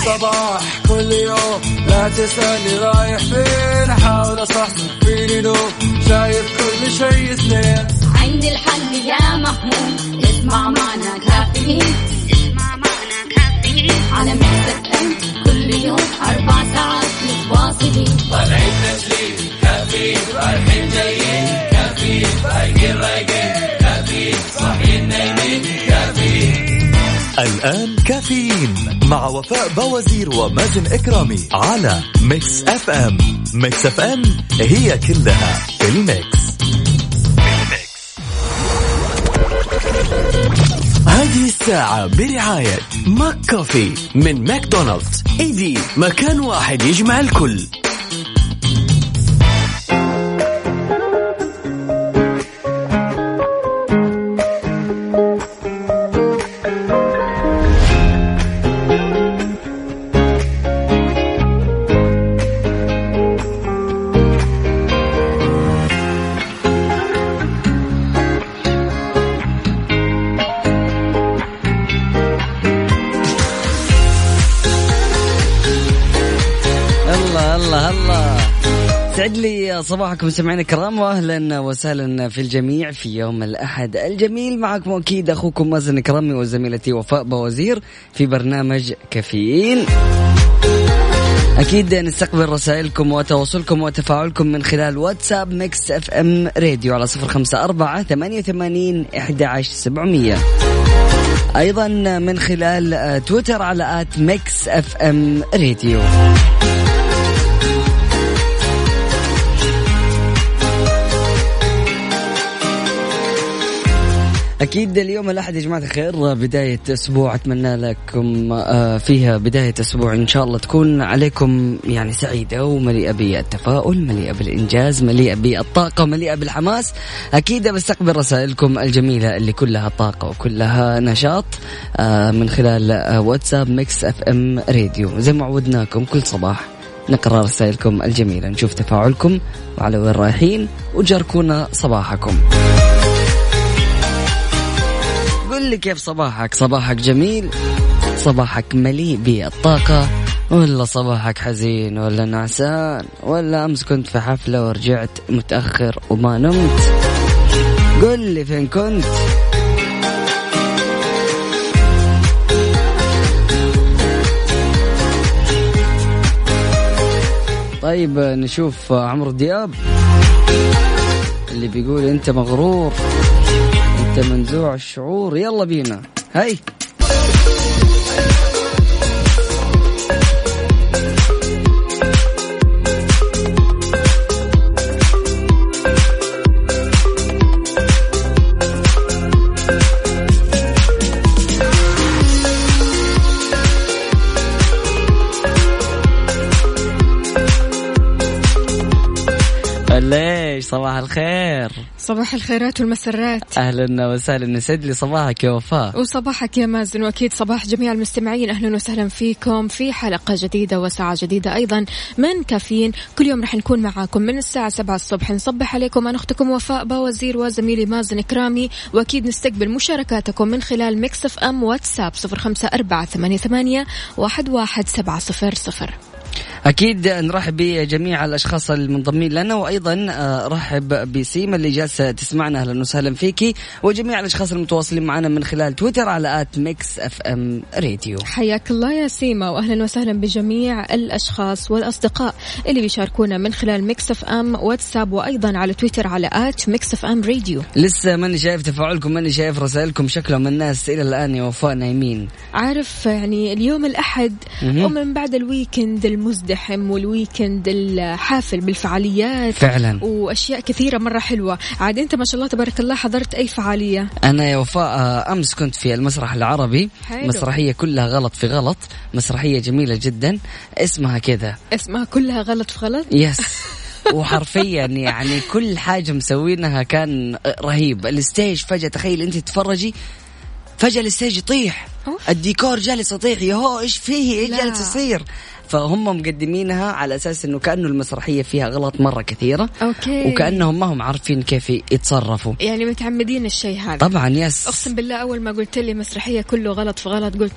الصباح كل يوم، لا تسألني رايح فين، أحاول أصحصح فيني لو شايف كل شيء سنين. عندي الحل يا محمود، اسمع معنا كافيين، اسمع معنا كافيين على ميكس اف ام كل يوم 4 ساعات متواصلين. طالعين تسليم كافيين، رايحين جايين كافيين، رايقين رايقين كافيين، صاحيين نايمين كافيين. الآن كافيين مع وفاء بوازير ومازن إكرامي على ميكس اف ام. ميكس اف ام هي كلها في الميكس. هذه الساعة برعاية ماك كوفي من ماكدونالدز. ايدي مكان واحد يجمع الكل. سعد لي صباحكم مستمعينا الكرام، واهلا وسهلا في الجميع في يوم الأحد الجميل. معكم أكيد أخوكم مازن إكرامي وزميلتي وفاء بوازير في برنامج كافيين. أكيد نستقبل رسائلكم وتواصلكم وتفاعلكم من خلال واتساب ميكس اف ام راديو على 0548811700، أيضا من خلال تويتر على @ميكس اف ام راديو. أكيد اليوم الأحد يا جماعة الخير بداية أسبوع، أتمنى لكم فيها بداية أسبوع إن شاء الله تكون عليكم يعني سعيدة ومليئة بالتفاؤل، مليئة بالإنجاز، مليئة بالطاقة، مليئة بالحماس. أكيد بستقبل رسائلكم الجميلة اللي كلها طاقة وكلها نشاط من خلال واتساب ميكس اف ام راديو. زي ما عودناكم كل صباح نقرأ رسائلكم الجميلة، نشوف تفاعلكم وعلى وين رايحين وجاركونا صباحكم. قل لي كيف صباحك؟ صباحك جميل؟ صباحك مليء بالطاقة؟ ولا صباحك حزين ولا نعسان؟ ولا أمس كنت في حفلة ورجعت متأخر وما نمت؟ قل لي فين كنت؟ طيب نشوف عمرو دياب اللي بيقول أنت مغرور، أنت منزوع الشعور. يلا بينا هاي. ليش؟ صباح الخير. صباح الخيرات والمسرات. أهلا وسهلا، نسعد لي صباحك يا وفاء. وصباحك يا مازن، وأكيد صباح جميع المستمعين. أهلا وسهلا فيكم في حلقة جديدة وساعة جديدة أيضا من كافيين. كل يوم رح نكون معاكم من الساعة 7 الصبح، نصبح عليكم أنا أختكم وفاء بوازير وزميلي مازن إكرامي، وأكيد نستقبل مشاركاتكم من خلال ميكس اف ام واتساب 0548811700. أكيد نرحب بجميع الأشخاص المنضمين لنا، وأيضا رحب بسيما اللي جالسة تسمعنا، أهلا وسهلا فيكي، وجميع الأشخاص المتواصلين معنا من خلال تويتر على @ميكس اف ام راديو. حياك الله يا سيما، وأهلا وسهلا بجميع الأشخاص والأصدقاء اللي بيشاركونا من خلال ميكس اف ام واتساب، وأيضا على تويتر على @ميكس اف ام راديو. لسه ماني شايف تفاعلكم، ماني شايف رسائلكم، شكلهم الناس إلى الآن يا وفاء نايمين. عارف يعني اليوم الأحد ومن بعد الويكند المزدحم والويكند الحافل بالفعاليات فعلا، وأشياء كثيرة مرة حلوة. عاد أنت ما شاء الله تبارك الله حضرت أي فعالية؟ أنا يا وفاء أمس كنت في المسرح العربي. حلو. مسرحية كلها غلط في غلط، مسرحية جميلة جدا، اسمها كذا، اسمها كلها غلط في غلط. يس. وحرفيا يعني كل حاجة مسوينها كان رهيب. الستيج فجأة تخيل أنت تتفرجي، فجأة الستيج يطيح، الديكور جالس يطيح، يهو إيش فيه، إيش جالس يصير؟ فهم مقدمينها على أساس إنه كأنه المسرحية فيها غلط مرة كثيرة. أوكي. وكأنهم ما هم عارفين كيف يتصرفوا، يعني متعمدين الشيء هذا. طبعا يس. أقسم بالله أول ما قلت لي مسرحية كله غلط في غلط قلت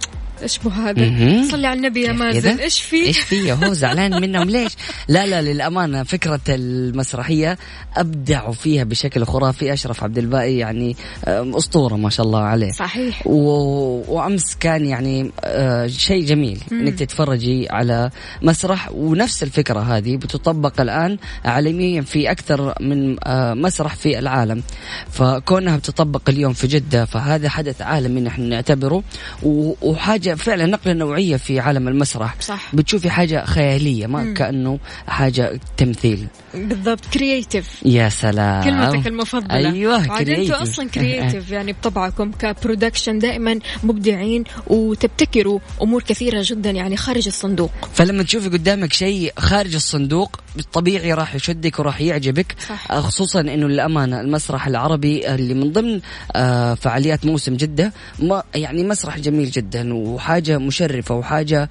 إيش بو هذا؟ صلي على النبي يا مازن. إيش في هو زعلان منهم ليش؟ لا للأمانة فكرة المسرحية أبدعوا فيها بشكل خرافي. أشرف عبد الباقي يعني أسطورة ما شاء الله عليه. صحيح. وأمس كان يعني شيء جميل إنك تتفرجي على مسرح، ونفس الفكرة هذه بتطبق الآن عالميا في أكثر من مسرح في العالم. فكونها بتطبق اليوم في جدة فهذا حدث عالمي نحن نعتبره، وحاجة فعلا نقلة نوعية في عالم المسرح. صح. بتشوفي حاجة خيالية ما كأنه حاجة تمثيل. بالضبط، كرييتيف. يا سلام، كلمتك المفضلة. أيوة، بعدين انتوا أصلا كرييتيف يعني بطبعكم كبرودكشن دائما مبدعين وتبتكروا أمور كثيرة جدا يعني خارج الصندوق. فلما تشوفي قدامك شيء خارج الصندوق بالطبيعي راح يشدك وراح يعجبك. صح. خصوصا إنه للأمانة المسرح العربي اللي من ضمن فعاليات موسم جدة ما يعني مسرح جميل جدا وحاجة مشرفة وحاجة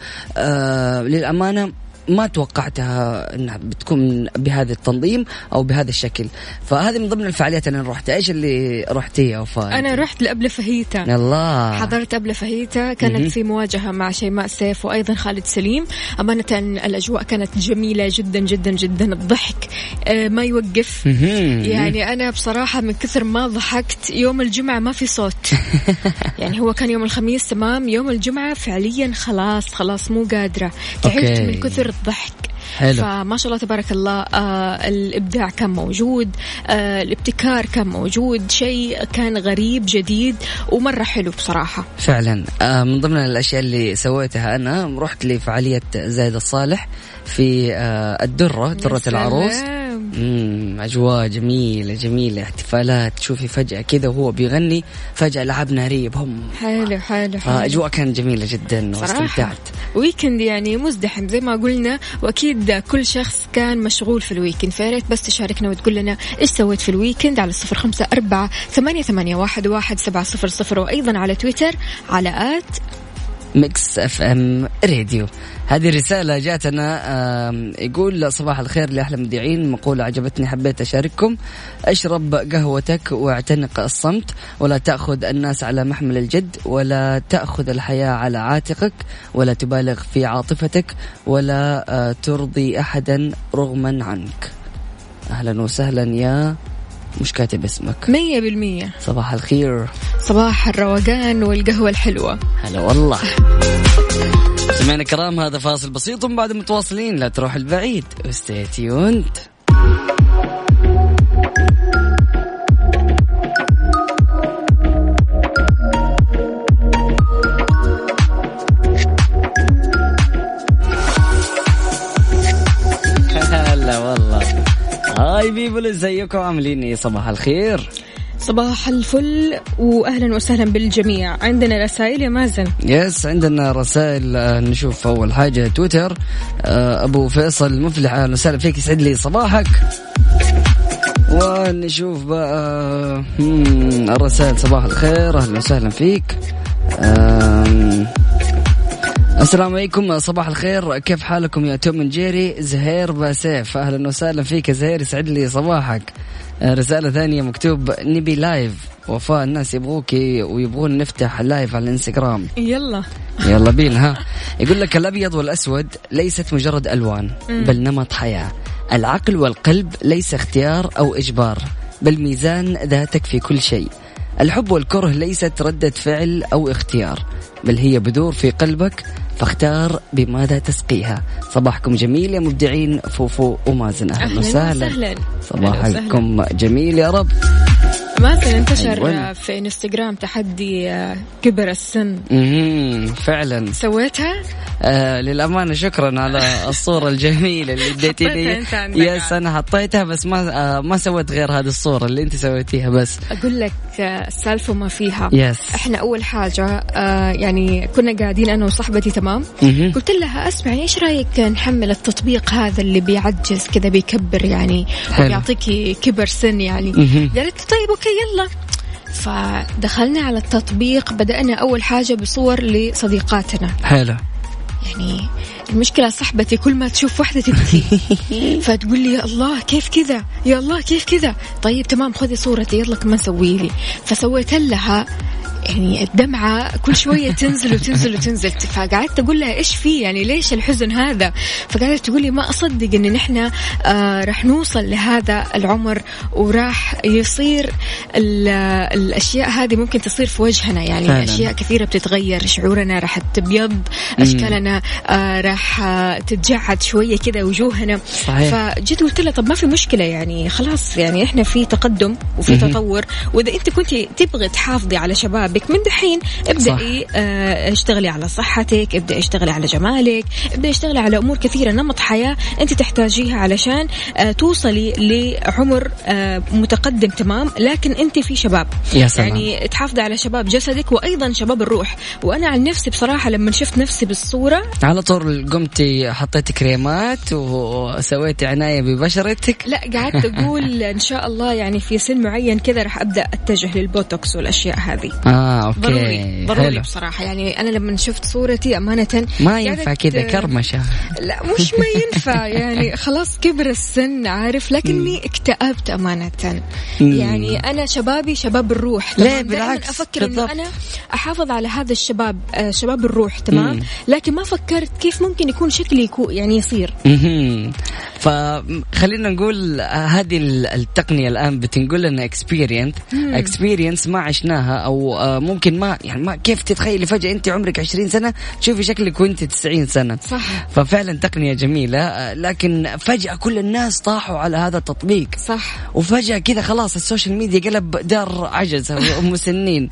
للأمانة ما توقعتها انها بتكون بهذا التنظيم او بهذا الشكل. فهذه من ضمن الفعاليات اللي انا رحتها. ايش اللي رحتيها وفاء؟ انا رحت لأبلة فهيتة. الله، حضرت أبلة فهيتة، كانت في مواجهة مع شيماء سيف وايضا خالد سليم. امانة الاجواء كانت جميلة جدا جدا جدا، الضحك ما يوقف. يعني انا بصراحة من كثر ما ضحكت يوم الجمعة ما في صوت. يعني هو كان يوم الخميس تمام، يوم الجمعة فعليا خلاص مو قادرة، تعبت من كثر الضحك. حلو. فما شاء الله تبارك الله الإبداع كان موجود، الابتكار كان موجود، شيء كان غريب جديد ومرة حلو بصراحة. فعلا من ضمن الأشياء اللي سويتها أنا رحت لفعالية زايد الصالح في درة العروس. أجواء جميلة، احتفالات، تشوفي فجأة كذا وهو بيغني فجأة لعب نارية بهم. حلو. أجواء كانت جميلة جدا واستمتعت. ويكند يعني مزدحم زي ما قلنا، وأكيد كل شخص كان مشغول في الويكند. فياريت بس تشاركنا وتقول لنا إيش سويت في الويكند على 0548811700 وأيضا على تويتر على ميكس اف ام راديو. هذه الرسالة جاتنا يقول صباح الخير لأحلى مذيعين، مقولة عجبتني حبيت أشارككم: اشرب قهوتك واعتنق الصمت، ولا تأخذ الناس على محمل الجد، ولا تأخذ الحياة على عاتقك، ولا تبالغ في عاطفتك، ولا ترضي أحدا رغما عنك. أهلا وسهلا يا مش كاتب اسمك 100%. صباح الخير، صباح الروقان والقهوة الحلوة. هلا والله. سمعنا كرام، هذا فاصل بسيط وبعد متواصلين، لا تروح البعيد. stay tuned. هلا والله. هاي بيبل، ازيكم عاملين ايه؟ صباح الخير، صباح الفل واهلا وسهلا بالجميع. عندنا رسائل يا مازن؟ يس عندنا رسائل. نشوف اول حاجه تويتر. ابو فيصل مفلح، اهلا وسهلا فيك، يسعد لي صباحك. ونشوف بقى الرسائل. صباح الخير، اهلا وسهلا فيك. السلام عليكم، صباح الخير، كيف حالكم يا توم جيري؟ زهير باسيف، اهلا وسهلا فيك زهير، يسعد لي صباحك. رسالة ثانية مكتوب نبي لايف. وفاء الناس يبغوك ويبغون نفتح لايف على الانستغرام. يلا بينا. ها، يقول لك الأبيض والأسود ليست مجرد ألوان بل نمط حياة. العقل والقلب ليس اختيار أو إجبار بل ميزان ذاتك في كل شيء. الحب والكره ليست ردة فعل أو اختيار بل هي بذور في قلبك، فاختار بماذا تسقيها. صباحكم جميل يا مبدعين فوفو ومازن، أهلا وسهلا. صباحكم جميل يا رب. مازن انتشر في انستغرام تحدي كبر السن. فعلا سويتها؟ للأمانة شكرا على الصورة الجميلة اللي اديتيني. يس أنا حطيتها بس ما سويت غير هذه الصورة اللي انت سويتيها. بس أقول لك السالفة ما فيها. يس. احنا أول حاجة يعني كنا قاعدين أنا وصاحبتي تمام. قلت لها اسمعني ايش رأيك نحمل التطبيق هذا اللي بيعجز كذا بيكبر يعني ويعطيكي كبر سن يعني. قالت طيب اوكي يلا. فدخلنا على التطبيق، بدأنا أول حاجة بصور لصديقاتنا. حلو. يعني المشكلة صاحبتي كل ما تشوف واحدة تبكي فتقول لي يا الله كيف كذا، يا الله كيف كذا. طيب تمام خذي صورتي يلا كمان سوي لي. فسويت لها يعني الدمعة كل شوية تنزل وتنزل وتنزل. فقعدت أقول لها إيش فيه يعني ليش الحزن هذا؟ فقعدت تقول لي ما أصدق إن نحن راح نوصل لهذا العمر وراح يصير الأشياء هذه ممكن تصير في وجهنا يعني فعلا. أشياء كثيرة بتتغير، شعورنا راح تبيض، أشكالنا راح تتجعد شوية كذا وجوهنا. فجيت قلت لها طب ما في مشكلة يعني خلاص يعني إحنا في تقدم وفي تطور، وإذا أنت كنت تبغي تحافظي على شبابك من دحين ابدأي اشتغلي على صحتك، ابدأي اشتغلي على جمالك، ابدأي اشتغلي على أمور كثيرة، نمط حياة أنت تحتاجيها علشان توصلي لعمر متقدم تمام، لكن أنت في شباب. يعني تحافظي على شباب جسدك وأيضا شباب الروح. وأنا عن نفسي بصراحة لما شفت نفسي بالصورة على طول قمتي حطيتي كريمات وسويتي عناية ببشرتك؟ لا قعدت أقول إن شاء الله يعني في سن معين كذا راح أبدأ أتجه للبوتوكس والأشياء هذه. أوكي. ضروري بصراحة. يعني أنا لما شفت صورتي أمانة ما ينفع كذا كرمشة. لا مش ما ينفع يعني خلاص كبر السن عارف، لكني اكتئبت أمانة. يعني أنا شبابي شباب الروح. لا بالعكس أفكر إنه أنا أحافظ على هذا الشباب شباب الروح تمام. لكن ما فكرت كيف ممكن يكون شكلي يعني يصير. فخلينا نقول هذه التقنية الآن بتنقل لنا experience ما عشناها، أو ممكن ما يعني ما كيف تتخيلي فجأة أنت عمرك 20 سنة تشوفي شكلك وأنت 90 سنة. صح. ففعلا تقنية جميلة، لكن فجأة كل الناس طاحوا على هذا التطبيق. صح. وفجأة كذا خلاص السوشيال ميديا قلب دار عجز ومسنين.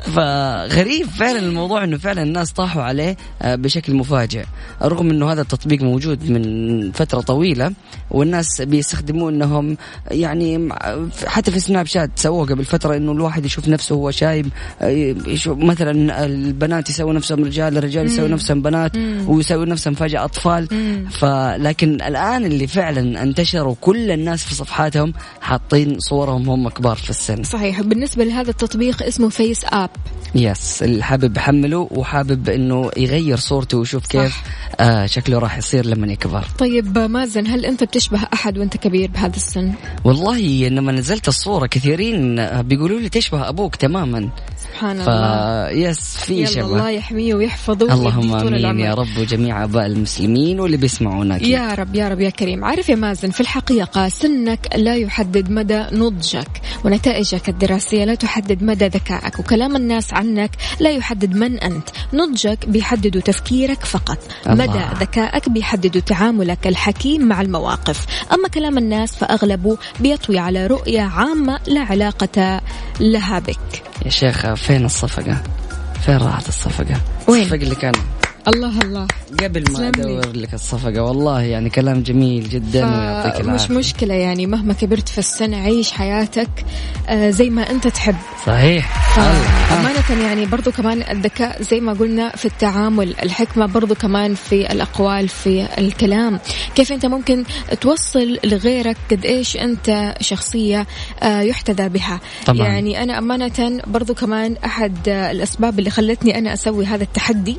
فغريب فعلا الموضوع إنه فعلا الناس طاحوا عليه بشكل مفاجئ، رغم إنه هذا التطبيق موجود من فترة طويلة والناس بيستخدموه إنهم يعني حتى في سناب شات سووه قبل فترة إنه الواحد يشوف نفسه هو شايب، يشوف مثلا البنات يسووا نفسهم رجال، الرجال يسووا نفسهم بنات، ويسووا نفسهم فجأة أطفال. فلكن الآن اللي فعلا انتشروا كل الناس في صفحاتهم حاطين صورهم هم كبار في السن. صحيح. بالنسبة لهذا التطبيق اسمه فيس آب. يس، اللي حابب يحمله وحابب إنه يغير صورته ويشوف كيف شكله راح يصير لما يكبر. طيب مازن، هل أنت بتشبه أحد وأنت كبير بهذا السن؟ والله لما نزلت الصورة كثيرين بيقولوا لي تشبه أبوك تماما. سبحان الله. يس في شبه. الله يحميه ويحفظه. اللهم آمين يا رب، وجميع آباء المسلمين واللي بيسمعونك يا رب يا رب يا كريم. عارف يا مازن، في الحقيقة سنك لا يحدد مدى نضجك، ونتائجك الدراسية لا تحدد مدى ذكائك، وكلام الناس عنك لا يحدد من أنت. نضجك بيحدد تفكيرك فقط، مدى ذكائك بيحدد تعاملك الحكيم مع المواقف. أما كلام الناس فأغلبه بيطوي على رؤية عامة لا علاقة لها بك. يا شيخة فين الصفقة؟ فين راحت الصفقة؟ وين؟ الصفقة اللي كان الله قبل ما أدور لك الصفقة. والله يعني كلام جميل جدا ويعطيك العافية. مش مشكلة يعني مهما كبرت في السن عيش حياتك زي ما أنت تحب. صحيح. أمانة يعني برضو كمان الذكاء زي ما قلنا في التعامل، الحكمة برضو كمان في الأقوال، في الكلام، كيف أنت ممكن توصل لغيرك قد إيش أنت شخصية يحتذى بها. طبعا. يعني أنا أمانة برضو كمان أحد الأسباب اللي خلتني أنا أسوي هذا التحدي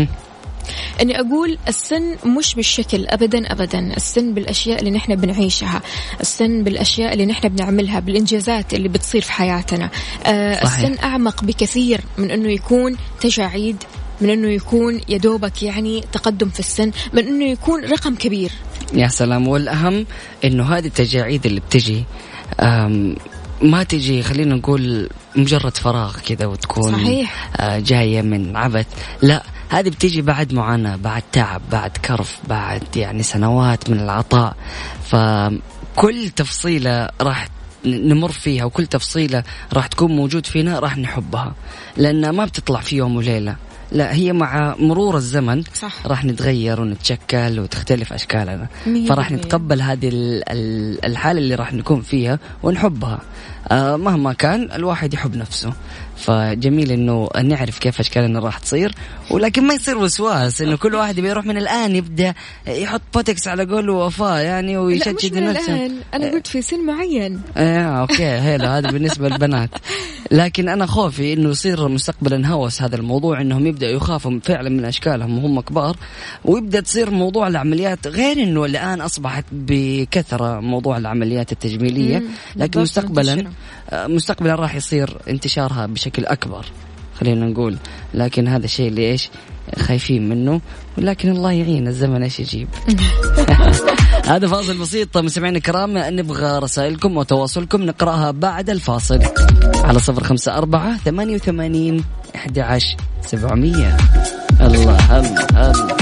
أني أقول السن مش بالشكل أبدا أبدا، السن بالأشياء اللي نحن بنعيشها، السن بالأشياء اللي نحن بنعملها، بالإنجازات اللي بتصير في حياتنا. السن أعمق بكثير من أنه يكون تجاعيد، من أنه يكون يدوبك يعني تقدم في السن، من أنه يكون رقم كبير. يا سلام. والأهم أنه هذه التجاعيد اللي بتجي ما تجي خلينا نقول مجرد فراغ كذا وتكون صحيح. جاية من عبث، لا، هذه بتيجي بعد معاناة، بعد تعب، بعد كرف، بعد يعني سنوات من العطاء. فكل تفصيلة راح نمر فيها وكل تفصيلة راح تكون موجود فينا راح نحبها، لأنها ما بتطلع في يوم وليلة، لا، هي مع مرور الزمن صح. راح نتغير ونتشكل وتختلف أشكالنا. فراح نتقبل هذه الحالة اللي راح نكون فيها ونحبها. مهما كان الواحد يحب نفسه، فجميل إنه نعرف كيف أشكالنا راح تصير، ولكن ما يصير وسواس إنه كل واحد بيروح من الآن يبدأ يحط بوتكس على قوله وفاء يعني ويشدد نفسه. أنا قلت في سن معين. أوكي هذا بالنسبة للبنات. لكن أنا خوفي إنه يصير مستقبلا هوس هذا الموضوع، إنهم يبدأ يخافوا فعلا من أشكالهم وهم كبار، ويبدأ تصير موضوع العمليات، غير إنه الآن أصبحت بكثرة موضوع العمليات التجميلية، لكن مستقبلا راح يصير انتشارها بشكل أكبر. خلينا نقول، لكن هذا الشيء اللي إيش خايفين منه، ولكن الله يعين الزمن إيش يجيب. هذا فاصل بسيط مستمعينا الكرام، نبغى رسائلكم وتواصلكم نقرأها بعد الفاصل على 0548811700. الله الله الله.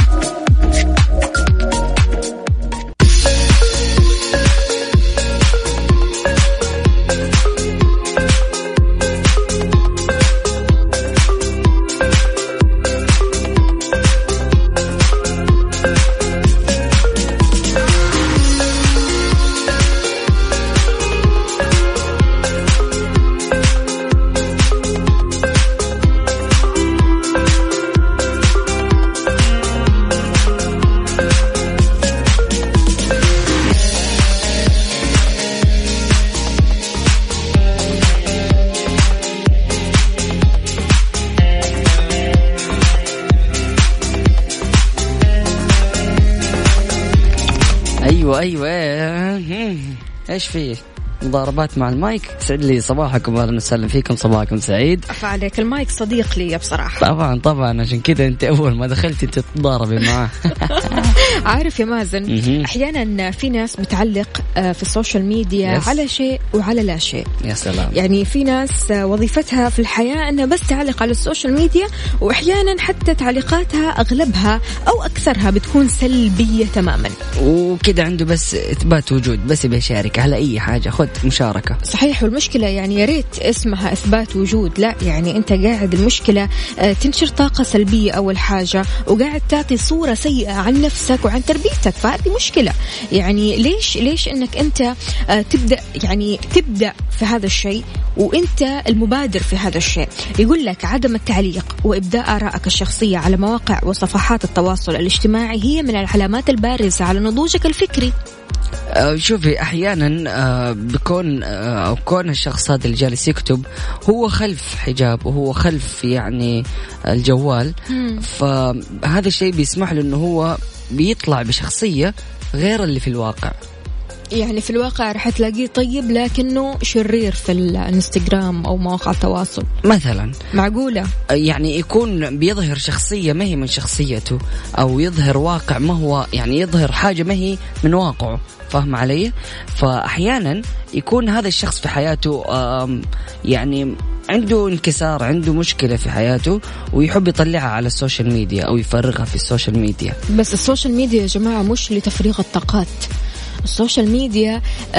أيوة إيش فيه مضاربات مع المايك؟ سعد لي صباحكم وأهلا وسهلا فيكم، صباحكم سعيد. عليك المايك صديق لي بصراحة. طبعا عشان كذا أنت أول ما دخلت أنت تضاربي معه. عارف يا مازن، أحيانا في ناس بتعلق في السوشيال ميديا على شيء وعلى لا شيء. يا سلام. يعني في ناس وظيفتها في الحياة أنها بس تعلق على السوشيال ميديا، وأحيانا حتى تعليقاتها أغلبها أو أكثرها بتكون سلبية تماما، وكذا عنده بس إثبات وجود، بس بيشارك على أي حاجة خد مشاركة. صحيح. والمشكلة يعني يا ريت اسمها إثبات وجود، لا يعني أنت قاعد المشكلة تنشر طاقة سلبية أول حاجة، وقاعد تعطي صورة سيئة عن نفسك وعن تربيتك، فهذه مشكلة. يعني ليش إنك أنت تبدأ في هذا الشيء وأنت المبادر في هذا الشيء؟ يقول لك عدم التعليق وإبداء آرائك الشخصية على مواقع وصفحات التواصل الاجتماعي هي من العلامات البارزة على نضوجك الفكري. شوفي أحيانا بكون أو كون الشخص هذا اللي جالس يكتب هو خلف حجاب وهو خلف يعني الجوال، فهذا الشيء بيسمح له إنه هو بيطلع بشخصية غير اللي في الواقع. يعني في الواقع رح تلاقيه طيب لكنه شرير في الانستغرام أو مواقع التواصل مثلا. معقولة؟ يعني يكون بيظهر شخصية ما هي من شخصيته، أو يظهر واقع ما هو، يعني يظهر حاجة ما هي من واقعه. فاهم علي؟ فأحيانا يكون هذا الشخص في حياته يعني عنده انكسار، عنده مشكلة في حياته، ويحب يطلعها على السوشيال ميديا أو يفرغها في السوشيال ميديا. بس السوشيال ميديا يا جماعة مش لتفريغ الطاقات. السوشيال ميديا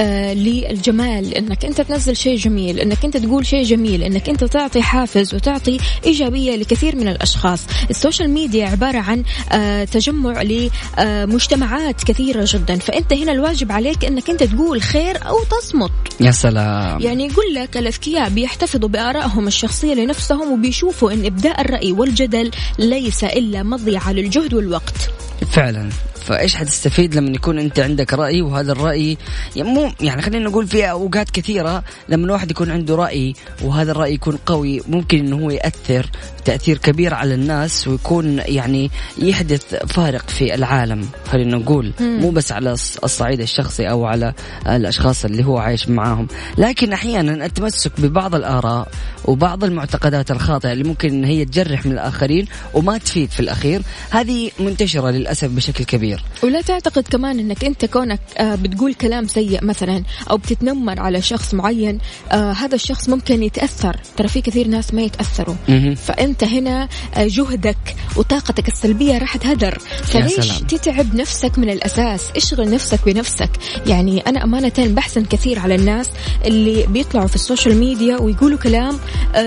للجمال، انك انت تنزل شيء جميل، انك انت تقول شيء جميل، انك انت تعطي حافز وتعطي ايجابيه لكثير من الاشخاص. السوشيال ميديا عباره عن تجمع لمجتمعات كثيره جدا، فانت هنا الواجب عليك انك انت تقول خير او تصمت. يا سلام. يعني يقول لك الاذكياء بيحتفظوا بآرائهم الشخصيه لنفسهم، وبيشوفوا ان ابداء الراي والجدل ليس الا مضيعه للجهد والوقت. فعلا. فإيش حتستفيد لما يكون أنت عندك رأي، وهذا الرأي يعني خلينا نقول في أوقات كثيرة لما الواحد يكون عنده رأي وهذا الرأي يكون قوي، ممكن إنه هو يأثر تأثير كبير على الناس، ويكون يعني يحدث فارق في العالم. خلينا نقول مو بس على الصعيد الشخصي أو على الأشخاص اللي هو عايش معاهم، لكن أحيانا التمسك ببعض الآراء وبعض المعتقدات الخاطئة اللي ممكن إن هي تجرح من الآخرين وما تفيد في الأخير، هذه منتشرة للأسف بشكل كبير. ولا تعتقد كمان انك انت كونك بتقول كلام سيء مثلا او بتتنمر على شخص معين، هذا الشخص ممكن يتأثر. ترى في كثير ناس ما يتأثروا، فانت هنا جهدك وطاقتك السلبية راح تهدر. فليش تتعب نفسك من الأساس؟ اشغل نفسك بنفسك. يعني أنا أمانة بحسن كثير على الناس اللي بيطلعوا في السوشيال ميديا ويقولوا كلام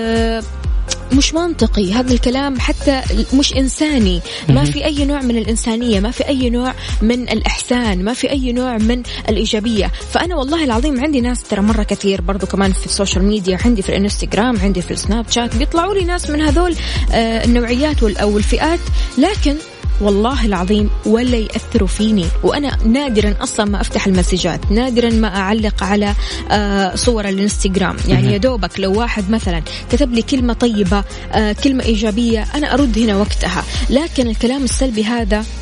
مش منطقي. هذا الكلام حتى مش إنساني، ما في أي نوع من الإنسانية، ما في أي نوع من الإحسان، ما في أي نوع من الإيجابية. فأنا والله العظيم عندي ناس ترى مرة كثير برضو كمان في السوشيال ميديا، عندي في الانستغرام، عندي في السناب شات، بيطلعوا لي ناس من هذول النوعيات أو الفئات، لكن والله العظيم ولا يأثروا فيني. وأنا نادرا أصلا ما أفتح المسجات، نادرا ما أعلق على صور الانستغرام. يعني يدوبك لو واحد مثلا كتب لي كلمة طيبة، كلمة إيجابية، أنا أرد هنا وقتها. لكن الكلام السلبي هذا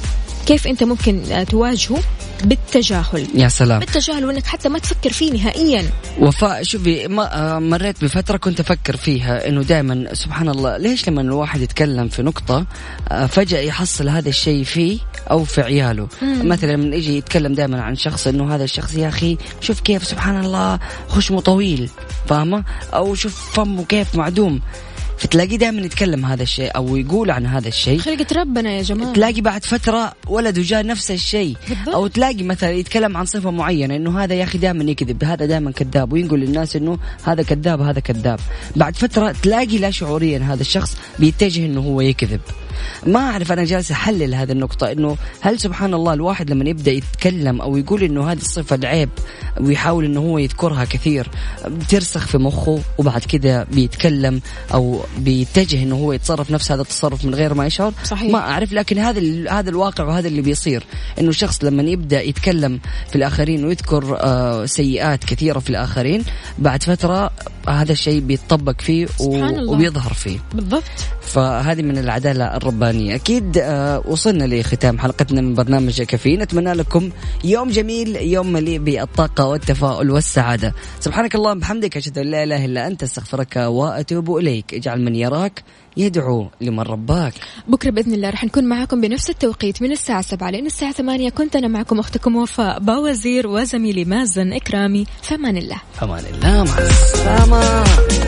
كيف أنت ممكن تواجهه بالتجاهل. يا سلام، بالتجاهل، وانك حتى ما تفكر فيه نهائيا. وفاء شوفي، مريت بفترة كنت أفكر فيها إنه دائما سبحان الله ليش لما الواحد يتكلم في نقطة فجأة يحصل هذا الشيء فيه أو في عياله. مثلا من يجي يتكلم دائما عن شخص إنه هذا الشخص يا أخي شوف كيف سبحان الله خشمه طويل، فاهمة؟ أو شوف فمه كيف معدوم، فتلاقي دائما يتكلم هذا الشيء أو يقول عن هذا الشيء. خلقة ربنا يا جماعة. تلاقي بعد فترة ولده جاء نفس الشيء، أو تلاقي مثلا يتكلم عن صفة معينة إنه هذا يا أخي دائما يكذب، هذا دائما كذاب، وينقل للناس إنه هذا كذاب هذا كذاب. بعد فترة تلاقي لا شعوريا هذا الشخص بيتجه إنه هو يكذب. ما أعرف، أنا جالس أحلل هذه النقطة إنه هل سبحان الله الواحد لما يبدأ يتكلم أو يقول إنه هذه الصفة العيب ويحاول إنه هو يذكرها كثير بترسخ في مخه، وبعد كده بيتكلم أو بيتجه إنه هو يتصرف نفس هذا التصرف من غير ما يشعر. صحيح. ما أعرف، لكن هذا الواقع وهذا اللي بيصير، إنه الشخص لما يبدأ يتكلم في الآخرين ويذكر سيئات كثيرة في الآخرين، بعد فترة هذا الشيء بيتطبق فيه وبيظهر فيه. بالضبط. فهذه من العدالة الربانية. أكيد وصلنا لختام حلقتنا من برنامج كافيين. أتمنى لكم يوم جميل، يوم مليء بالطاقة والتفاؤل والسعادة. سبحانك اللهم بحمدك، أشهد أن لا إله إلا أنت، استغفرك وأتوب إليك. اجعل من يراك يدعو لمن رباك. بكرة بإذن الله رح نكون معكم بنفس التوقيت من الساعة 7 لين الساعة 8. كنت أنا معكم أختكم وفاء باوزير وزميلي مازن إكرامي. فمان الله. فمان الله، مع السلامة.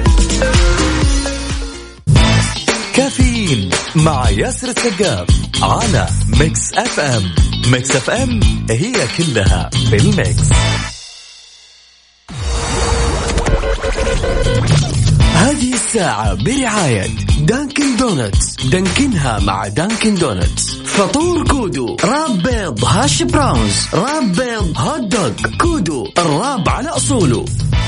كافيين مع ياسر السقاف على ميكس اف ام. ميكس اف ام هي كلها بالميكس. هذه الساعة برعاية دانكن دونتس. دانكنها مع دانكن دونتس. فطور كودو، راب بيض هاش براونز، راب بيض هوت دوغ. كودو، الراب على أصوله.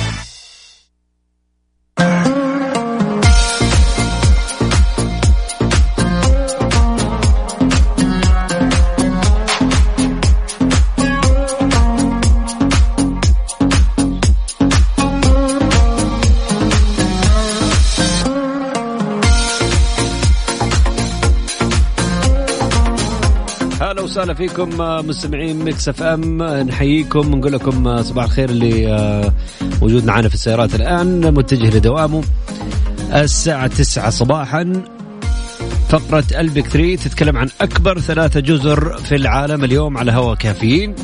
وسهلا فيكم مستمعين ميكس اف ام. نحييكم ونقول لكم صباح الخير اللي موجود معنا في السيارات الآن متجه لدوامه. الساعة 9 صباحا فقرة البيك 3 تتكلم عن أكبر 3 جزر في العالم اليوم على هوا كافيين.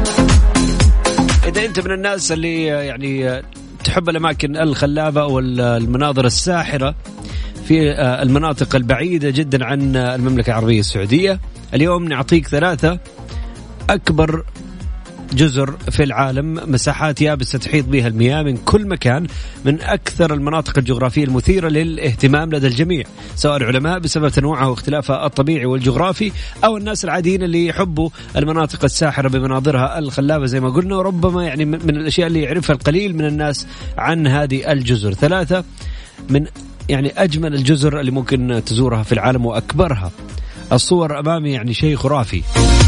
إذا أنت من الناس اللي يعني تحب الأماكن الخلابة والمناظر الساحرة في المناطق البعيدة جدا عن المملكة العربية السعودية، اليوم نعطيك 3 أكبر جزر في العالم، مساحات يابسة تحيط بها المياه من كل مكان، من أكثر المناطق الجغرافية المثيرة للاهتمام لدى الجميع، سواء العلماء بسبب تنوعها واختلافها الطبيعي والجغرافي، أو الناس العاديين اللي يحبوا المناطق الساحرة بمناظرها الخلابة زي ما قلنا. وربما يعني من الأشياء اللي يعرفها القليل من الناس عن هذه الجزر. 3 من يعني أجمل الجزر اللي ممكن تزورها في العالم وأكبرها. الصور أمامي يعني شيء خرافي.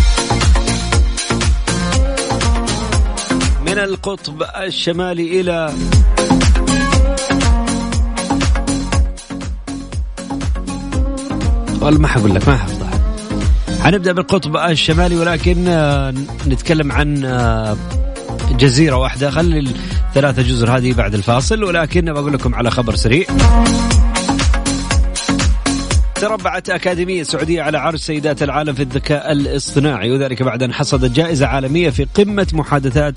من القطب الشمالي إلى والله ما حقول لك، ما حفظها. هنبدأ بالقطب الشمالي، ولكن نتكلم عن جزيرة واحدة. خلي 3 جزر هذه بعد الفاصل، ولكن بقول لكم على خبر سريع. تربعت أكاديمية سعودية على عرش سيدات العالم في الذكاء الاصطناعي، وذلك بعد أن حصدت جائزة عالمية في قمة محادثات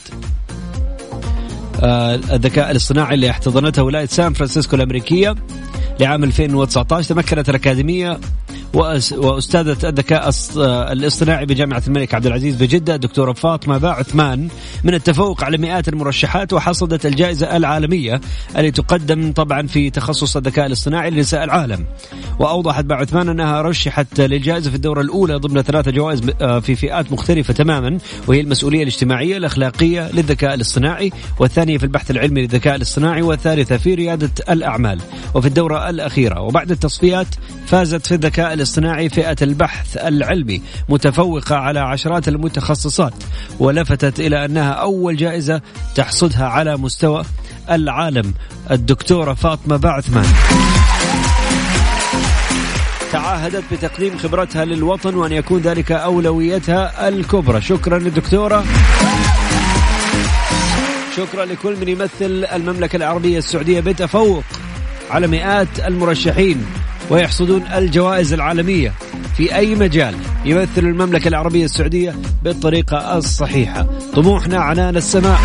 الذكاء الاصطناعي اللي احتضنتها ولاية سان فرانسيسكو الأمريكية لعام 2019. تمكنت الأكاديمية وأستاذة الذكاء الاصطناعي بجامعة الملك عبد العزيز بجدة الدكتورة فاطمة باعثمان من التفوق على مئات المرشحات، وحصدت الجائزة العالمية اللي تقدم طبعا في تخصص الذكاء الاصطناعي لنساء العالم. وأوضحت باعثمان أنها رشحت للجائزة في الدورة الأولى ضمن 3 جوائز في فئات مختلفة تماما، وهي المسؤولية الاجتماعية، الأخلاقية للذكاء الاصطناعي، والثانية في البحث العلمي للذكاء الاصطناعي، والثالثة في ريادة الأعمال. وفي الدورة الأخيرة وبعد التصفيات فازت في الذكاء الاصطناعي فئة البحث العلمي، متفوقة على عشرات المتخصصات، ولفتت إلى أنها أول جائزة تحصدها على مستوى العالم. الدكتورة فاطمة باعثمان. تعهدت بتقديم خبرتها للوطن وأن يكون ذلك أولويتها الكبرى. شكرا للدكتورة. شكرا لكل من يمثل المملكة العربية السعودية بتفوق على مئات المرشحين ويحصدون الجوائز العالمية في أي مجال يمثل المملكة العربية السعودية بالطريقة الصحيحة. طموحنا عنان السماء.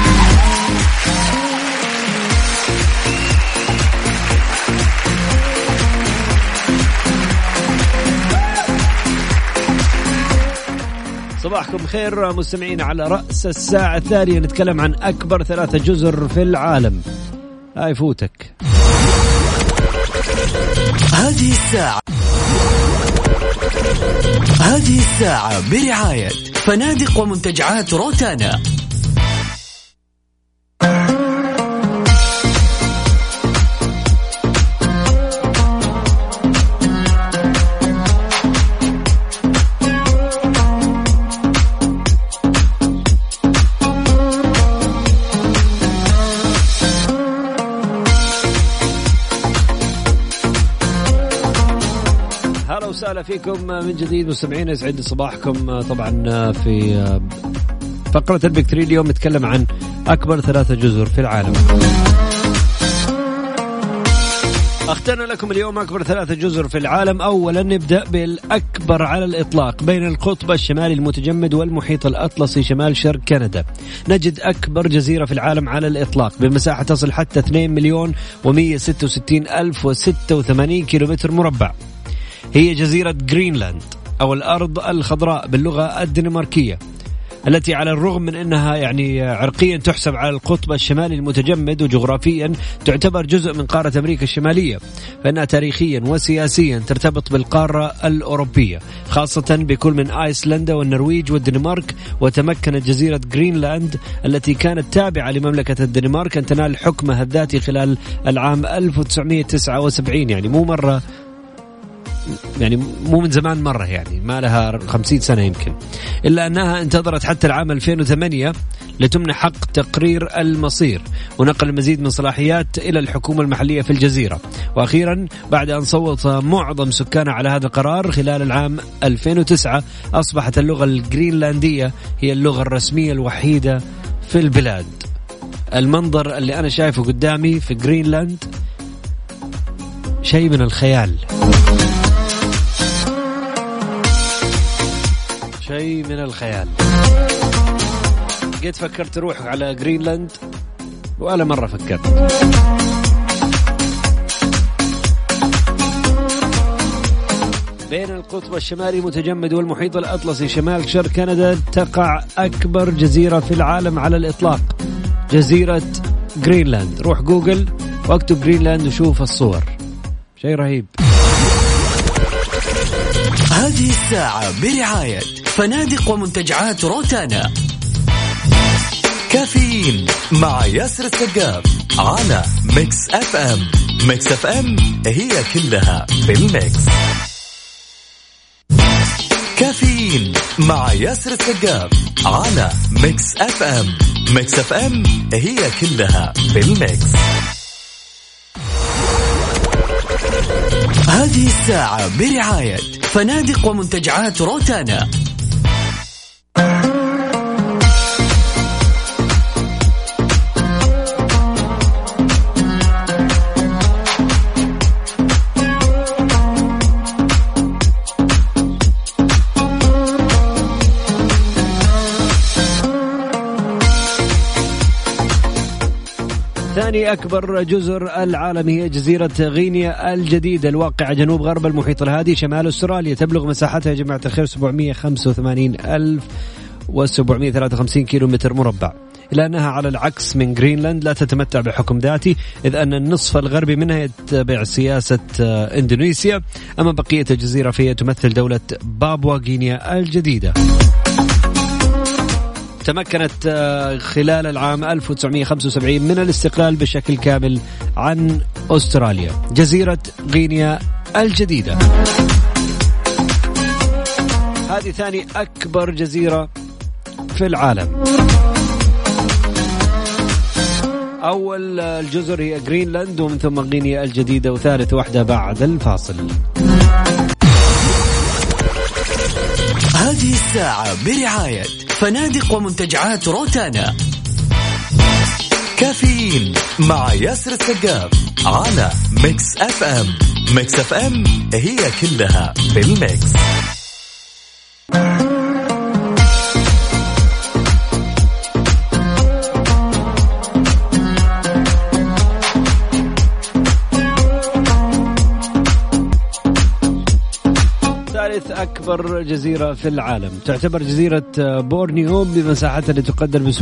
صباحكم خير مستمعين. على رأس الساعة الثانية نتكلم عن أكبر 3 جزر في العالم. لا يفوتك. هذه الساعة برعاية فنادق ومنتجعات روتانا. وسهلا فيكم من جديد مستمعين. يسعد صباحكم. طبعا في فقرة البيك 3 اليوم نتكلم عن أكبر 3 جزر في العالم. اخترنا لكم اليوم أكبر 3 جزر في العالم. أولا نبدأ بالأكبر على الإطلاق بين القطب الشمالي المتجمد والمحيط الأطلسي شمال شرق كندا. نجد أكبر جزيرة في العالم على الإطلاق بمساحة تصل حتى 2,166,086 كيلومتر مربع. هي جزيرة غرينلاند أو الأرض الخضراء باللغة الدنماركية، التي على الرغم من أنها يعني عرقيا تحسب على القطب الشمالي المتجمد وجغرافيا تعتبر جزء من قارة أمريكا الشمالية، فإنها تاريخيا وسياسيا ترتبط بالقارة الأوروبية، خاصة بكل من آيسلندا والنرويج والدنمارك. وتمكنت جزيرة غرينلاند التي كانت تابعة لمملكة الدنمارك أن تنال حكمها الذاتي خلال العام 1979. يعني مو من زمان مرة، يعني ما لها 50 سنة يمكن، إلا أنها انتظرت حتى العام 2008 لتمنح حق تقرير المصير ونقل المزيد من صلاحيات إلى الحكومة المحلية في الجزيرة. وأخيرا بعد أن صوت معظم سكانها على هذا القرار خلال العام 2009 أصبحت اللغة الجرينلاندية هي اللغة الرسمية الوحيدة في البلاد. المنظر اللي أنا شايفه قدامي في جرينلاند شيء من الخيال، شيء من الخيال. قد فكرت تروح على غرينلاند ولا مرة فكرت. بين القطب الشمالي المتجمد والمحيط الأطلسي شمال شرق كندا تقع أكبر جزيرة في العالم على الإطلاق، جزيرة غرينلاند. روح جوجل واكتب غرينلاند وشوف الصور، شيء رهيب. هذه الساعة برعاية فنادق ومنتجعات روتانا. كافيين مع ياسر السقاف على ميكس اف ام. ميكس اف ام هي كلها في الميكس. كافيين مع ياسر السقاف على ميكس اف ام. ميكس اف ام هي كلها في الميكس. هذه الساعة برعاية فنادق ومنتجعات روتانا. ثاني أكبر جزر العالم هي جزيرة غينيا الجديدة الواقعة جنوب غرب المحيط الهادي شمال أستراليا. تبلغ مساحتها يا جماعة الخير 785,753 كيلومتر مربع، إلا أنها على العكس من غرينلاند لا تتمتع بحكم ذاتي، إذ أن النصف الغربي منها يتبع سياسة إندونيسيا، أما بقية الجزيرة فهي تمثل دولة بابوا غينيا الجديدة. تمكنت خلال العام 1975 من الاستقلال بشكل كامل عن أستراليا. جزيرة غينيا الجديدة هذه ثاني أكبر جزيرة في العالم. أول الجزر هي غرينلاند ومن ثم غينيا الجديدة، وثالث واحدة بعد الفاصل. هذه الساعة برعاية فنادق ومنتجعات روتانا. كافيين مع ياسر السقاف على ميكس اف ام. ميكس اف ام هي كلها بالميكس. ثالث أكبر جزيرة في العالم تعتبر جزيرة بورنيو بمساحتها اللي تقدر ب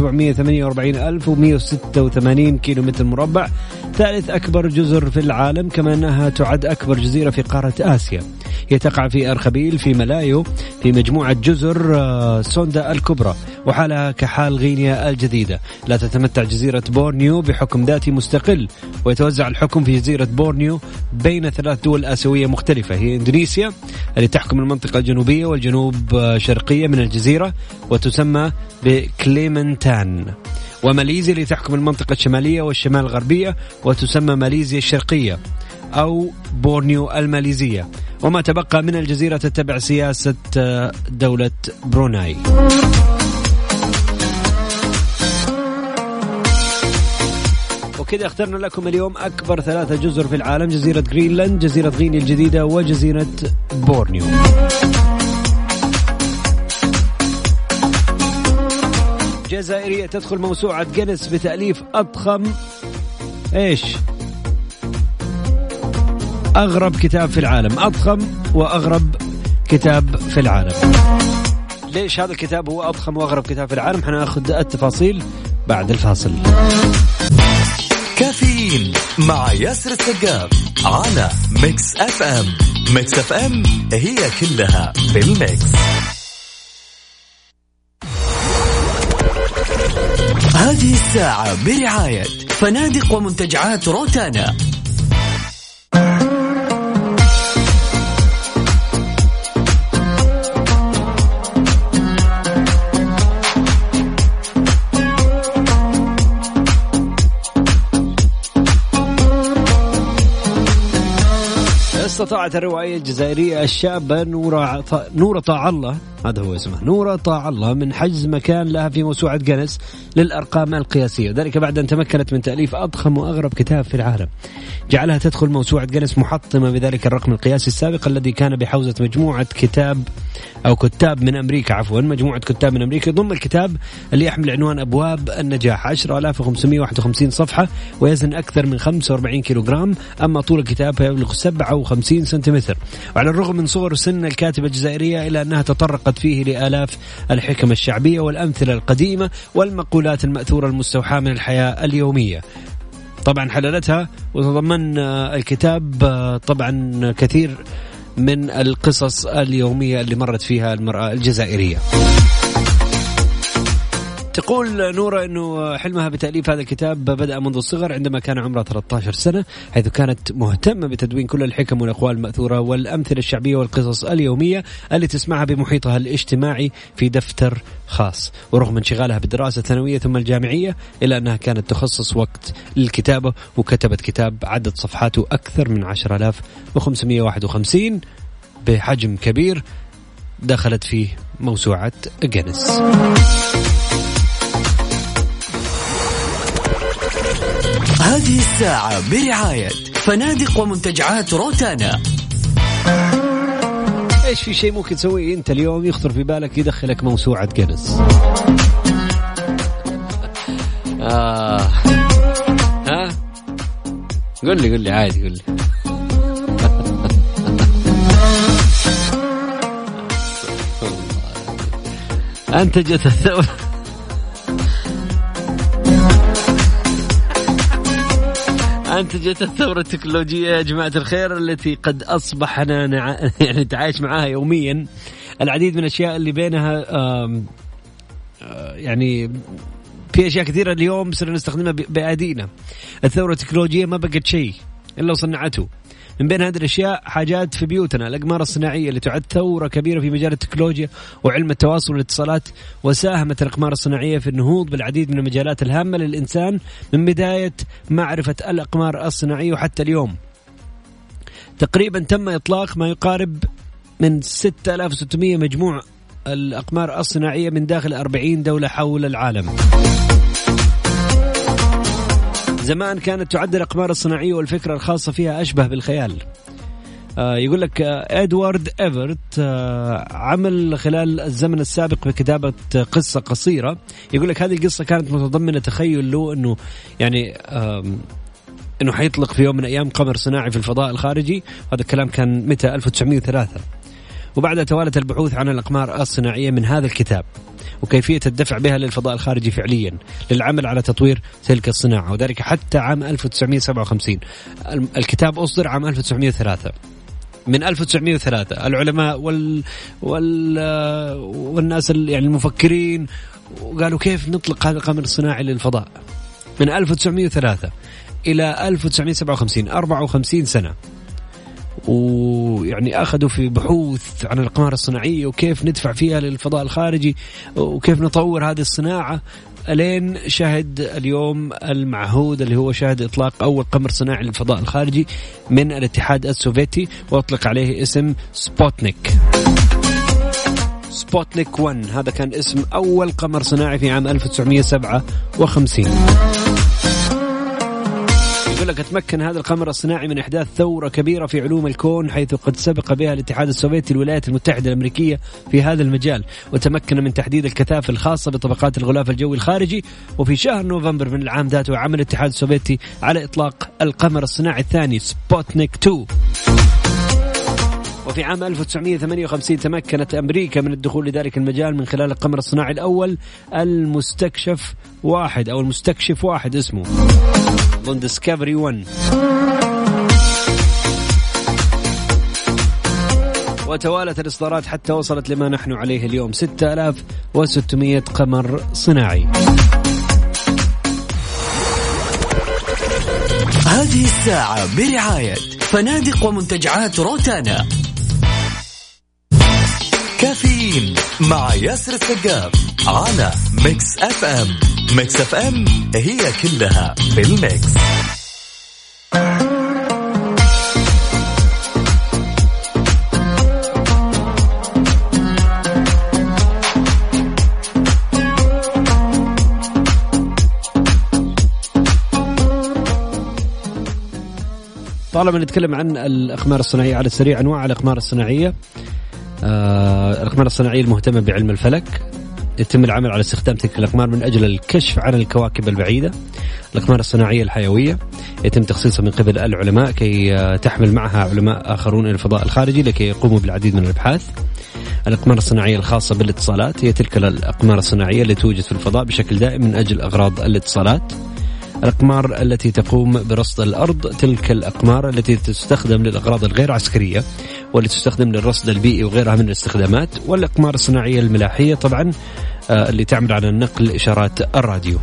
748,186 كيلومتر مربع. ثالث أكبر جزر في العالم، كما أنها تعد أكبر جزيرة في قارة آسيا. هي تقع في أرخبيل في ملايو في مجموعة جزر سوندا الكبرى، وحالها كحال غينيا الجديدة. لا تتمتع جزيرة بورنيو بحكم ذاتي مستقل، ويتوزع الحكم في جزيرة بورنيو بين 3 دول آسيوية مختلفة، هي إندونيسيا اللي تحكم المنطقة الجنوبية والجنوب شرقية من الجزيرة وتسمى بكليمنتان، وماليزيا اللي تحكم المنطقة الشمالية والشمال الغربية وتسمى ماليزيا الشرقية أو بورنيو الماليزية. وما تبقى من الجزيرة تتبع سياسة دولة بروناي. وكذا اخترنا لكم اليوم أكبر 3 جزر في العالم: جزيرة غرينلاند، جزيرة غينيا الجديدة، وجزيرة بورنيو. جزائرية تدخل موسوعة جينيس بتأليف أضخم أغرب كتاب في العالم. أضخم وأغرب كتاب في العالم. ليش هذا الكتاب هو أضخم وأغرب كتاب في العالم؟ حناخذ التفاصيل بعد الفاصل. كافيين مع ياسر السقاف على ميكس اف ام. ميكس اف ام هي كلها بالميكس. هذه الساعة برعاية فنادق ومنتجعات روتانا. استطاعت الروائية الجزائرية الشابة نورة طاع الله، هذا هو اسمه، نورة طاع الله، من حجز مكان لها في موسوعة جينيس للأرقام القياسية، وذلك بعد أن تمكنت من تأليف أضخم وأغرب كتاب في العالم، جعلها تدخل موسوعة جينيس محطمة بذلك الرقم القياسي السابق الذي كان بحوزة مجموعة كتاب من أمريكا، مجموعة كتاب من أمريكا، ضمن الكتاب اللي يحمل عنوان أبواب النجاح، 10,551 صفحة، ويزن أكثر من 45 كيلوغرام. أما طول الكتاب يبلغ 57 سنتيمتر. وعلى الرغم من صغر سن الكاتبة الجزائرية إلا أنها تطرقت فيه لآلاف الحكم الشعبية والأمثلة القديمة والمقولات المأثورة المستوحاة من الحياة اليومية. طبعا حللتها وتضمن الكتاب طبعا كثير من القصص اليومية اللي مرت فيها المرأة الجزائرية. تقول نورة أنه حلمها بتأليف هذا الكتاب بدأ منذ الصغر عندما كان عمرها 13 سنة، حيث كانت مهتمة بتدوين كل الحكم والأقوال المأثورة والأمثلة الشعبية والقصص اليومية اللي تسمعها بمحيطها الاجتماعي في دفتر خاص. ورغم انشغالها بالدراسة الثانوية ثم الجامعية إلا أنها كانت تخصص وقت للكتابة، وكتبت كتاب عدد صفحاته أكثر من 10,551 بحجم كبير دخلت فيه موسوعة جينيس. هذه الساعة برعاية فنادق ومنتجعات روتانا. ايش في شيء ممكن تسويه انت اليوم يخطر في بالك يدخلك موسوعة جينيس؟ ها قل لي عادي، قل لي. أنتجت الثورة أنتجت الثورة التكنولوجية يا جماعة الخير التي قد أصبحنا يعني نتعايش معها يوميا. العديد من الأشياء اللي بينها يعني في أشياء كثيرة اليوم صرنا نستخدمها بأيدينا. الثورة التكنولوجية ما بقت شيء إلا وصنعته. من بين هذه الأشياء حاجات في بيوتنا، الأقمار الصناعية اللي تعد ثورة كبيرة في مجال التكنولوجيا وعلم التواصل والاتصالات. وساهمت الأقمار الصناعية في النهوض بالعديد من المجالات الهامة للإنسان من بداية معرفة الأقمار الصناعية وحتى اليوم. تقريبا تم إطلاق ما يقارب من 6600 مجموع الأقمار الصناعية من داخل 40 دولة حول العالم. زمان كانت تعد الأقمار الصناعية والفكرة الخاصة فيها أشبه بالخيال. يقول لك إدوارد إيفرت عمل خلال الزمن السابق بكتابة قصة قصيرة. يقول لك هذه القصة كانت متضمنة تخيل له أنه يعني أنه حيطلق في يوم من الأيام قمر صناعي في الفضاء الخارجي. هذا الكلام كان متى 1903. وبعدها توالت البحوث عن الأقمار الصناعية من هذا الكتاب وكيفية الدفع بها للفضاء الخارجي فعليا للعمل على تطوير تلك الصناعة، وذلك حتى عام 1957. الكتاب أصدر عام 1903. من 1903 العلماء والناس يعني المفكرين وقالوا كيف نطلق هذا القمر الصناعي للفضاء. من 1903 إلى 1957 54 سنة، ويعني أخذوا في بحوث عن الأقمار الصناعية وكيف ندفع فيها للفضاء الخارجي وكيف نطور هذه الصناعة، ألين شهد اليوم المعهود اللي هو شهد إطلاق أول قمر صناعي للفضاء الخارجي من الاتحاد السوفيتي، وأطلق عليه اسم سبوتنيك 1. هذا كان اسم أول قمر صناعي في عام 1957. يقول لك تمكن هذا القمر الصناعي من إحداث ثورة كبيرة في علوم الكون، حيث قد سبق بها الاتحاد السوفيتي الولايات المتحدة الأمريكية في هذا المجال، وتمكن من تحديد الكثافة الخاصة بطبقات الغلاف الجوي الخارجي. وفي شهر نوفمبر من العام ذاته عمل الاتحاد السوفيتي على إطلاق القمر الصناعي الثاني سبوتنيك 2. وفي عام 1958 تمكنت أمريكا من الدخول لذلك المجال من خلال القمر الصناعي الأول المستكشف 1 أو المستكشف 1 اسمه ديسكفري 1. وتوالت الإصدارات حتى وصلت لما نحن عليه اليوم 6600 قمر صناعي. هذه الساعة برعاية فنادق ومنتجعات روتانا. كافيين مع ياسر السقاف على ميكس اف ام. ميكس اف ام هي كلها بالميكس. طالما نتكلم عن الأقمار الصناعية على السريع، أنواع الأقمار الصناعية. الأقمار الصناعية المهتمة بعلم الفلك، يتم العمل على استخدام تلك الأقمار من أجل الكشف عن الكواكب البعيدة. الأقمار الصناعية الحيوية يتم تخصيصها من قبل العلماء كي تحمل معها علماء آخرون إلى الفضاء الخارجي لكي يقوموا بالعديد من الأبحاث. الأقمار الصناعية الخاصة بالاتصالات هي تلك الأقمار الصناعية التي توجد في الفضاء بشكل دائم من أجل أغراض الاتصالات. الأقمار التي تقوم برصد الأرض تلك الأقمار التي تستخدم للأغراض الغير عسكرية والتي تستخدم للرصد البيئي وغيرها من الاستخدامات. والأقمار الصناعية الملاحية طبعا اللي تعمل على نقل إشارات الراديو.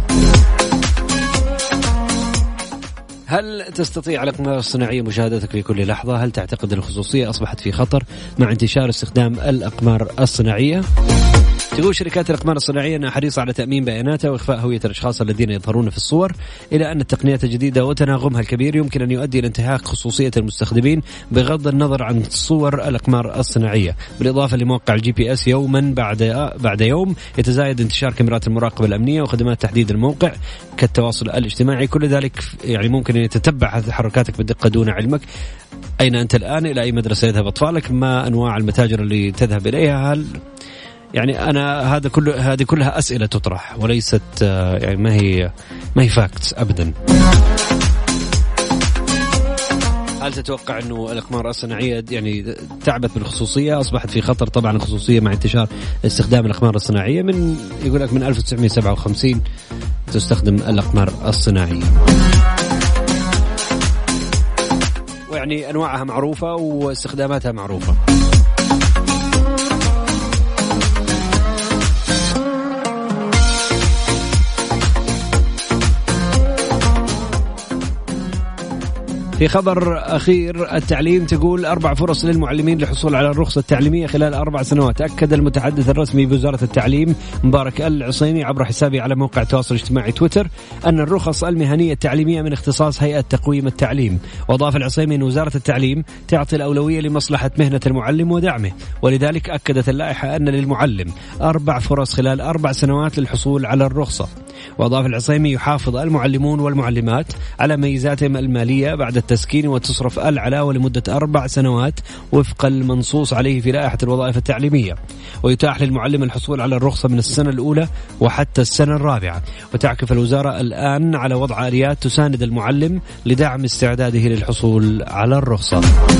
هل تستطيع الأقمار الصناعية مشاهدتك لكل لحظة؟ هل تعتقد أن الخصوصية أصبحت في خطر مع انتشار استخدام الأقمار الصناعية؟ تقول شركات الأقمار الصناعية أنها حريصة على تأمين بياناتها وإخفاء هوية الأشخاص الذين يظهرون في الصور، إلى أن التقنيات الجديدة وتناغمها الكبير يمكن أن يؤدي إلى انتهاك خصوصية المستخدمين بغض النظر عن صور الأقمار الصناعية. بالإضافة لموقع الGPS يوما بعد يوم يتزايد انتشار كاميرات المراقبة الأمنية وخدمات تحديد الموقع كالتواصل الاجتماعي. كل ذلك يعني ممكن أن يتتبع تحركاتك بدقة دون علمك. أين أنت الآن؟ إلى أي مدرسة يذهب أطفالك؟ ما أنواع المتاجر اللي تذهب إليها؟ هل يعني أنا هذه كلها أسئلة تطرح وليست يعني ما هي فاكتس أبدا. هل تتوقع أنه الأقمار الصناعية يعني تعبت بالخصوصية؟ أصبحت في خطر طبعا الخصوصية مع انتشار استخدام الأقمار الصناعية. يقول لك من 1957 تستخدم الأقمار الصناعية، ويعني أنواعها معروفة واستخداماتها معروفة. في خبر أخير التعليم تقول 4 فرص للمعلمين للحصول على الرخصة التعليمية خلال 4 سنوات. أكد المتحدث الرسمي بوزارة التعليم مبارك العصيمي عبر حسابه على موقع التواصل الاجتماعي تويتر أن الرخص المهنية التعليمية من اختصاص هيئة تقويم التعليم. وأضاف العصيمي أن وزارة التعليم تعطي الأولوية لمصلحة مهنة المعلم ودعمه، ولذلك أكدت اللائحة أن للمعلم 4 فرص خلال 4 سنوات للحصول على الرخصة. وأضاف العصيمي يحافظ المعلمون والمعلمات على ميزاتهم المالية بعد التسكين وتصرف العلاوة لمدة 4 سنوات وفق المنصوص عليه في لائحة الوظائف التعليمية. ويتاح للمعلم الحصول على الرخصة من السنة الأولى وحتى السنة الرابعة. وتعكف الوزارة الآن على وضع آليات تساند المعلم لدعم استعداده للحصول على الرخصة.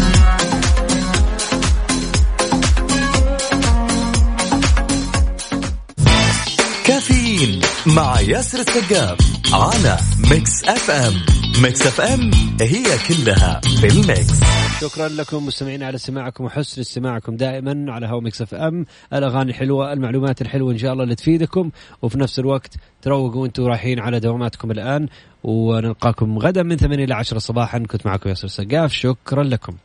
كافيين مع ياسر السقاف على ميكس اف ام. ميكس اف ام هي كلها في الميكس. شكرا لكم مستمعين على استماعكم وحسن استماعكم دائما على هوا ميكس اف ام. الاغاني الحلوه، المعلومات الحلوه ان شاء الله اللي تفيدكم، وفي نفس الوقت تروقوا وانتم رايحين على دواماتكم الان. ونلقاكم غدا من 8 إلى 10 صباحا. كنت معكم ياسر السقاف، شكرا لكم.